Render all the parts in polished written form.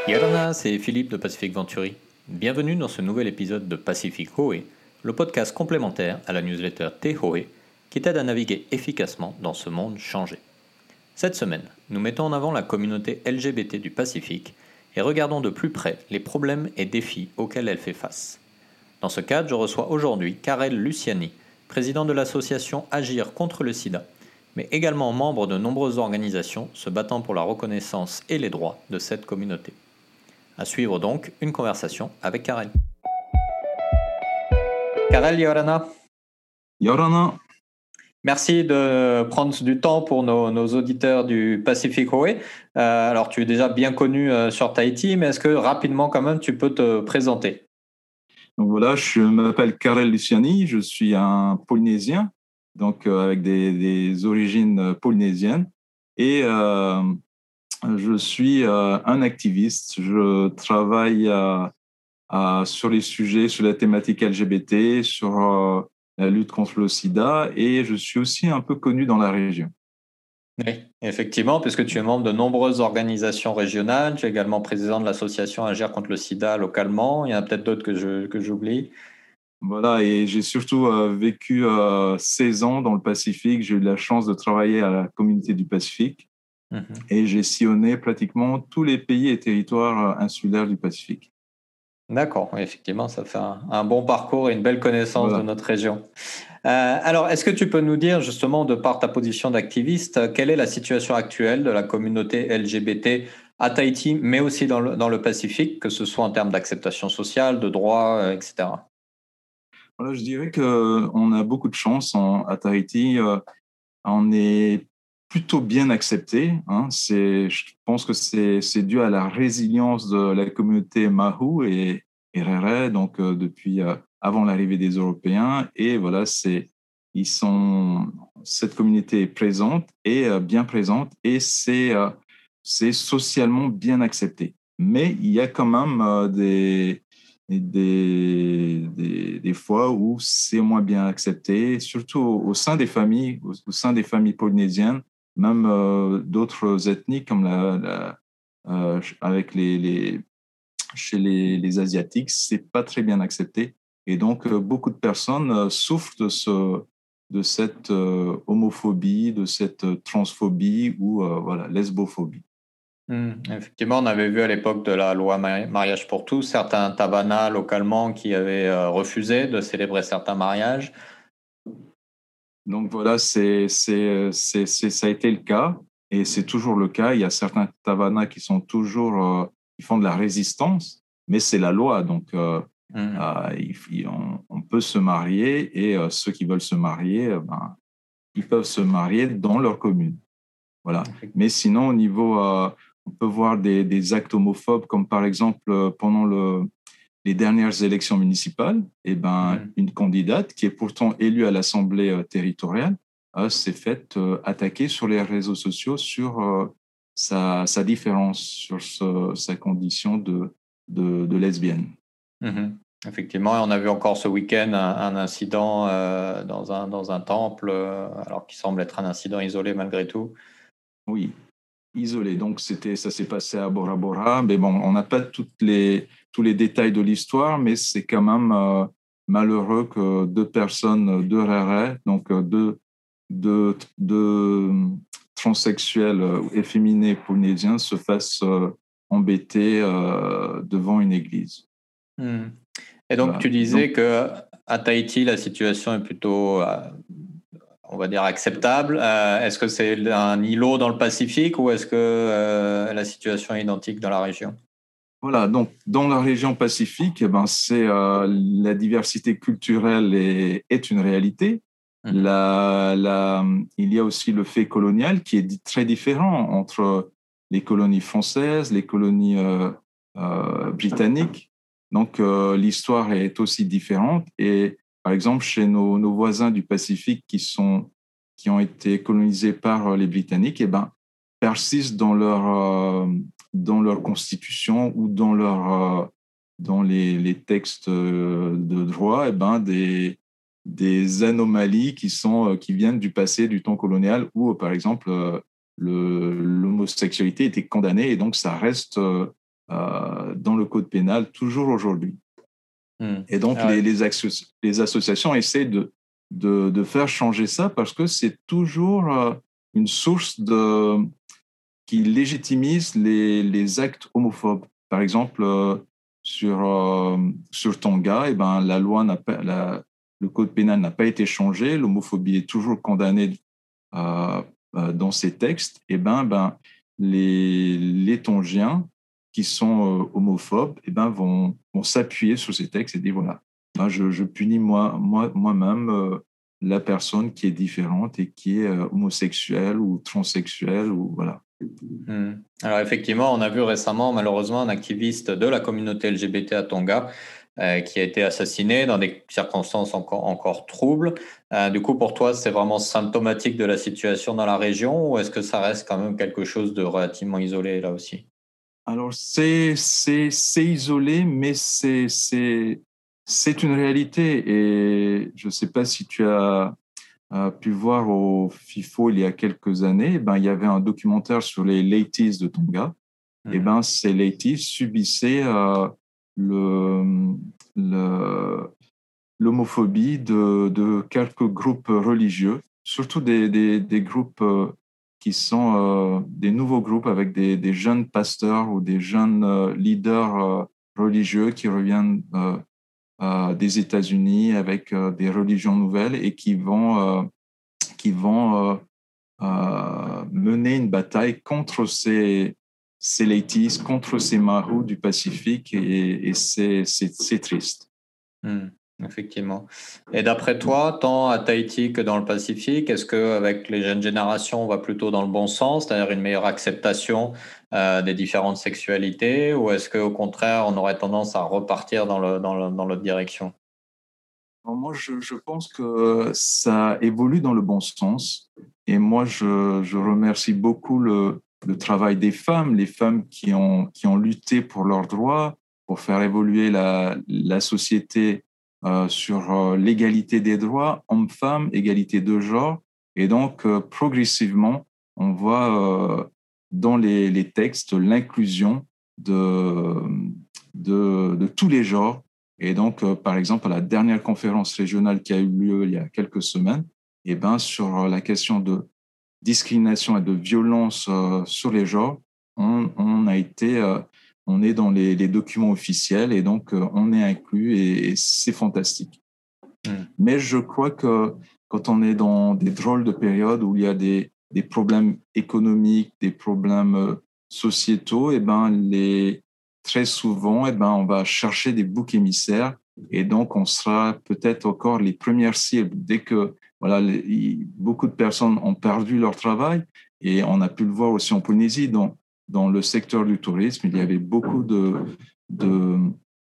Yorana, c'est Philippe de Pacific Venturi. Bienvenue dans ce nouvel épisode de Pacific Hoé, le podcast complémentaire à la newsletter T-Hoé qui t'aide à naviguer efficacement dans ce monde changé. Cette semaine, nous mettons en avant la communauté LGBT du Pacifique et regardons de plus près les problèmes et défis auxquels elle fait face. Dans ce cadre, je reçois aujourd'hui Karel Luciani, président de l'association Agir contre le sida, mais également membre de nombreuses organisations se battant pour la reconnaissance et les droits de cette communauté. À suivre donc une conversation avec Karel. Karel, Yorana. Yorana. Merci de prendre du temps pour nos auditeurs du Pacific Hoé. Alors, tu es déjà bien connu sur Tahiti, mais est-ce que rapidement, quand même, tu peux te présenter? Donc voilà, je m'appelle Karel Luciani, je suis un Polynésien, donc avec des origines polynésiennes, et je suis un activiste. Je travaille sur les sujets, sur la thématique LGBT, sur la lutte contre le sida, et je suis aussi un peu connu dans la région. Oui, effectivement, puisque tu es membre de nombreuses organisations régionales, tu es également président de l'association Agir contre le sida localement, il y en a peut-être d'autres que j'oublie. Voilà, et j'ai surtout vécu 16 ans dans le Pacifique. J'ai eu la chance de travailler à la communauté du Pacifique et j'ai sillonné pratiquement tous les pays et territoires insulaires du Pacifique. D'accord, oui, effectivement, ça fait un bon parcours et une belle connaissance de notre région. Alors, est-ce que tu peux nous dire, justement, de par ta position d'activiste, quelle est la situation actuelle de la communauté LGBT à Tahiti, mais aussi dans le Pacifique, que ce soit en termes d'acceptation sociale, de droits, etc. Voilà, je dirais qu'on a beaucoup de chance à Tahiti. On est plutôt bien accepté. Je pense que c'est dû à la résilience de la communauté Mahu et Rere, donc depuis avant l'arrivée des Européens. Et voilà, cette communauté est présente et bien présente et c'est socialement bien accepté. Mais il y a quand même des fois où c'est moins bien accepté, surtout au sein des familles, au sein des familles polynésiennes, même d'autres ethnies comme avec chez les Asiatiques, c'est pas très bien accepté. Et donc, beaucoup de personnes souffrent de cette homophobie, de cette transphobie ou voilà, lesbophobie. Effectivement, on avait vu à l'époque de la loi mariage pour tous certains tabanas localement qui avaient refusé de célébrer certains mariages. Donc voilà, ça a été le cas et c'est toujours le cas. Il y a certains tabanas qui sont toujours, qui font de la résistance, mais c'est la loi. Donc on peut se marier et ceux qui veulent se marier, ils peuvent se marier dans leur commune. Voilà. Mais sinon, au niveau, on peut voir des actes homophobes, comme par exemple pendant les dernières élections municipales, une candidate qui est pourtant élue à l'Assemblée territoriale s'est faite attaquer sur les réseaux sociaux sur sa différence, sur sa condition de lesbienne. Effectivement, et on a vu encore ce week-end un incident dans un temple, alors qu'il semble être un incident isolé malgré tout. Oui, isolé. Donc, ça s'est passé à Bora Bora. Mais bon, on n'a pas tous les détails de l'histoire, mais c'est quand même malheureux que deux Rérés, donc deux transsexuels efféminés polynésiens se fassent embêter devant une église. Et donc, tu disais qu'à Tahiti, la situation est plutôt, on va dire, acceptable. Est-ce que c'est un îlot dans le Pacifique ou est-ce que la situation est identique dans la région? Voilà, donc dans la région Pacifique, la diversité culturelle est une réalité. Il y a aussi le fait colonial qui est très différent entre les colonies françaises, les colonies britanniques. Donc, l'histoire est aussi différente. Et par exemple, chez nos voisins du Pacifique qui ont été colonisés par les Britanniques, persistent dans leur constitution ou dans les textes de droit, des anomalies qui viennent du passé, du temps colonial, où, par exemple, l'homosexualité était condamnée et donc ça reste dans le code pénal toujours aujourd'hui. Et donc, les associations essaient de faire changer ça parce que c'est toujours une source qui légitimise les actes homophobes. Par exemple, sur Tonga, eh ben, la loi le code pénal n'a pas été changé, l'homophobie est toujours condamnée dans ces textes. Et les Tongiens qui sont homophobes vont s'appuyer sur ces textes et dire voilà, je punis moi-même la personne qui est différente et qui est homosexuelle ou transsexuelle ou voilà. Alors effectivement, on a vu récemment malheureusement un activiste de la communauté LGBT à Tonga qui a été assassiné dans des circonstances encore troubles. Du coup, pour toi, c'est vraiment symptomatique de la situation dans la région ou est-ce que ça reste quand même quelque chose de relativement isolé là aussi? Alors, c'est isolé, mais c'est une réalité. Et je ne sais pas si tu as pu voir au FIFO il y a quelques années, il y avait un documentaire sur les Laities de Tonga. Ces Laities subissaient l'homophobie de quelques groupes religieux, surtout des groupes qui sont des nouveaux groupes avec des jeunes pasteurs ou des jeunes leaders religieux qui reviennent des États-Unis avec des religions nouvelles et qui vont mener une bataille contre ces Laities, contre ces Mahou du Pacifique et c'est triste. Effectivement. Et d'après toi, tant à Tahiti que dans le Pacifique, est-ce qu'avec les jeunes générations, on va plutôt dans le bon sens, c'est-à-dire une meilleure acceptation des différentes sexualités, ou est-ce qu'au contraire, on aurait tendance à repartir dans l'autre direction? Alors moi, je pense que ça évolue dans le bon sens. Et moi, je remercie beaucoup le travail des femmes, les femmes qui ont lutté pour leurs droits, pour faire évoluer la société sur l'égalité des droits, hommes-femmes, égalité de genre. Et donc, progressivement, on voit dans les textes l'inclusion de tous les genres. Et donc, par exemple, à la dernière conférence régionale qui a eu lieu il y a quelques semaines, sur la question de discrimination et de violence sur les genres, on est dans les documents officiels et donc on est inclus et c'est fantastique. Mais je crois que quand on est dans des drôles de périodes où il y a des problèmes économiques, des problèmes sociétaux, très souvent, on va chercher des boucs émissaires et donc on sera peut-être encore les premières cibles. Dès que voilà, beaucoup de personnes ont perdu leur travail et on a pu le voir aussi en Polynésie, dans le secteur du tourisme, il y avait beaucoup de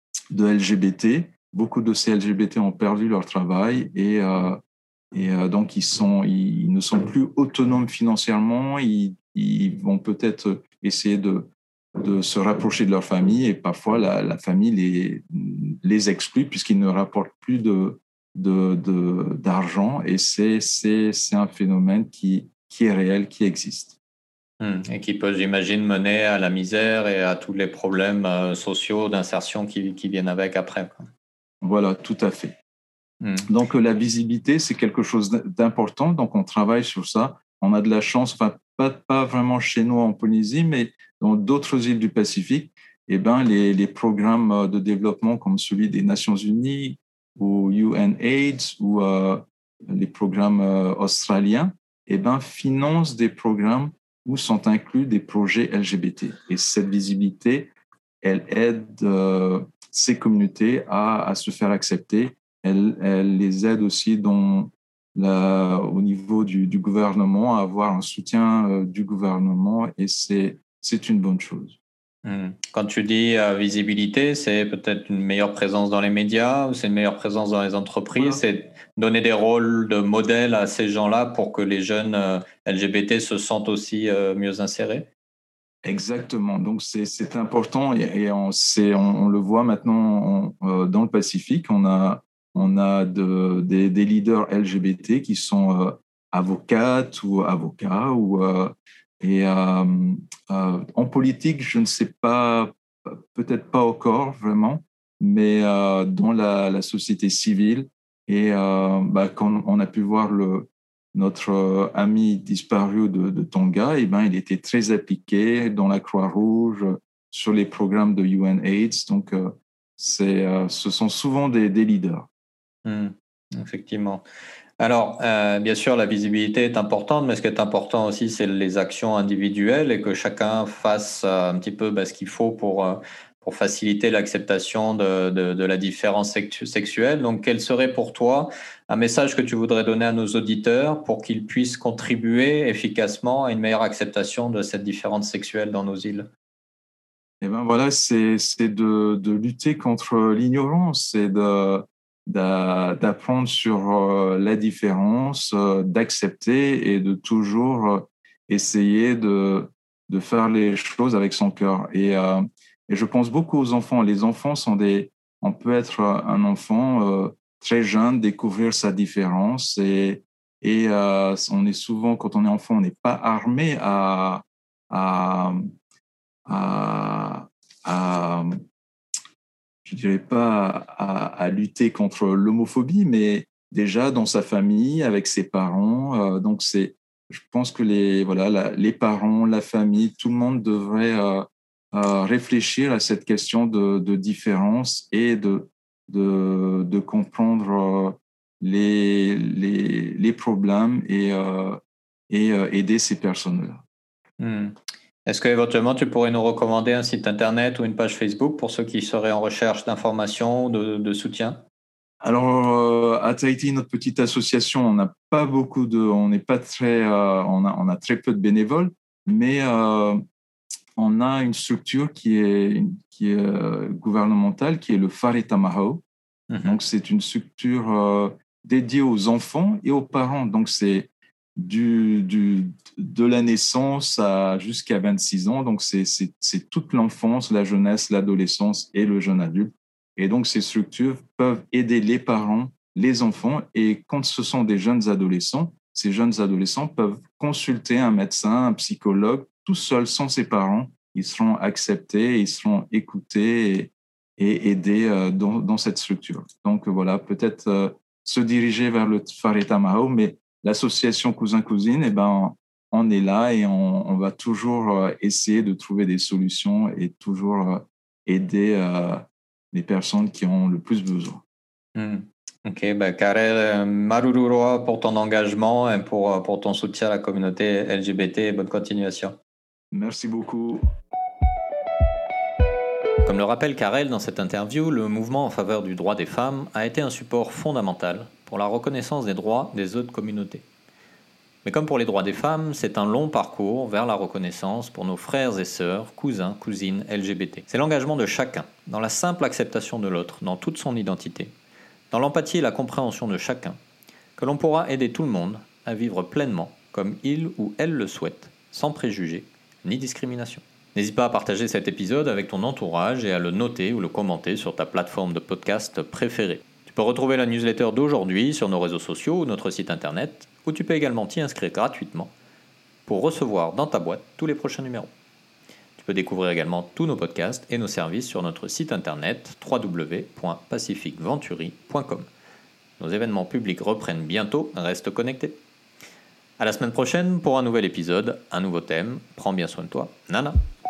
LGBT. Beaucoup de ces LGBT ont perdu leur travail et donc ils ne sont plus autonomes financièrement. Ils vont peut-être essayer de se rapprocher de leur famille et parfois la famille les exclut puisqu'ils ne rapportent plus d'argent et c'est un phénomène qui est réel, qui existe. Et qui peut, j'imagine, mener à la misère et à tous les problèmes sociaux d'insertion qui viennent avec après, quoi. Voilà, tout à fait. Donc, la visibilité, c'est quelque chose d'important. Donc, on travaille sur ça. On a de la chance, enfin, pas vraiment chez nous en Polynésie, mais dans d'autres îles du Pacifique, les programmes de développement comme celui des Nations Unies ou UNAIDS ou les programmes australiens, financent des programmes où sont inclus des projets LGBT. Et cette visibilité, elle aide ces communautés à se faire accepter. Elle les aide aussi au niveau du gouvernement à avoir un soutien du gouvernement et c'est une bonne chose. Quand tu dis visibilité, c'est peut-être une meilleure présence dans les médias ou c'est une meilleure présence dans les entreprises. Voilà. C'est donner des rôles de modèle à ces gens-là pour que les jeunes LGBT se sentent aussi mieux insérés. Exactement. Donc, c'est important et on le voit maintenant dans le Pacifique. On a des leaders LGBT qui sont avocates ou avocats. En politique, je ne sais pas peut-être pas encore vraiment, mais dans la société civile. Et quand on a pu voir notre ami disparu de Tonga, et ben, il était très appliqué dans la Croix-Rouge, sur les programmes de UNAIDS. Donc, ce sont souvent des leaders. Effectivement. Alors, bien sûr, la visibilité est importante, mais ce qui est important aussi, c'est les actions individuelles et que chacun fasse un petit peu ce qu'il faut pour faciliter l'acceptation de la différence sexuelle. Donc, quel serait pour toi un message que tu voudrais donner à nos auditeurs pour qu'ils puissent contribuer efficacement à une meilleure acceptation de cette différence sexuelle dans nos îles? Et ben voilà, c'est de lutter contre l'ignorance, c'est d'apprendre sur la différence, d'accepter et de toujours essayer de faire les choses avec son cœur. Et je pense beaucoup aux enfants. Les enfants on peut être un enfant très jeune, découvrir sa différence et on est souvent, quand on est enfant, on n'est pas armé à à, à je dirais pas à lutter contre l'homophobie, mais déjà dans sa famille, avec ses parents. Je pense que les parents, la famille, tout le monde devrait réfléchir à cette question de différence et de comprendre les problèmes et aider ces personnes-là. Hmm. Est-ce que éventuellement tu pourrais nous recommander un site internet ou une page Facebook pour ceux qui seraient en recherche d'informations ou de soutien? Alors, à Tahiti, notre petite association, on n'a pas beaucoup on n'est pas très, on a très peu de bénévoles, mais on a une structure qui est gouvernementale, qui est le Whare Tamahau. Donc, c'est une structure dédiée aux enfants et aux parents. Donc, c'est de la naissance jusqu'à 26 ans. Donc, c'est toute l'enfance, la jeunesse, l'adolescence et le jeune adulte. Et donc, ces structures peuvent aider les parents, les enfants. Et quand ce sont des jeunes adolescents, ces jeunes adolescents peuvent consulter un médecin, un psychologue, tout seuls, sans ses parents. Ils seront acceptés, ils seront écoutés et aidés dans cette structure. Donc, voilà, peut-être se diriger vers le Whare Tamahau, mais l'association Cousin-Cousine, eh ben, on est là et on va toujours essayer de trouver des solutions et toujours aider les personnes qui ont le plus besoin. Ok, Karel, Marururoa pour ton engagement et pour ton soutien à la communauté LGBT. Bonne continuation. Merci beaucoup. Comme le rappelle Karel dans cette interview, le mouvement en faveur du droit des femmes a été un support fondamental pour la reconnaissance des droits des autres communautés. Mais comme pour les droits des femmes, c'est un long parcours vers la reconnaissance pour nos frères et sœurs, cousins, cousines LGBT. C'est l'engagement de chacun, dans la simple acceptation de l'autre, dans toute son identité, dans l'empathie et la compréhension de chacun, que l'on pourra aider tout le monde à vivre pleinement comme il ou elle le souhaite, sans préjugés ni discrimination. N'hésite pas à partager cet épisode avec ton entourage et à le noter ou le commenter sur ta plateforme de podcast préférée. Tu peux retrouver la newsletter d'aujourd'hui sur nos réseaux sociaux ou notre site internet, où tu peux également t'y inscrire gratuitement pour recevoir dans ta boîte tous les prochains numéros. Tu peux découvrir également tous nos podcasts et nos services sur notre site internet www.pacificventuri.com. Nos événements publics reprennent bientôt, reste connecté. À la semaine prochaine pour un nouvel épisode, un nouveau thème. Prends bien soin de toi. Nana.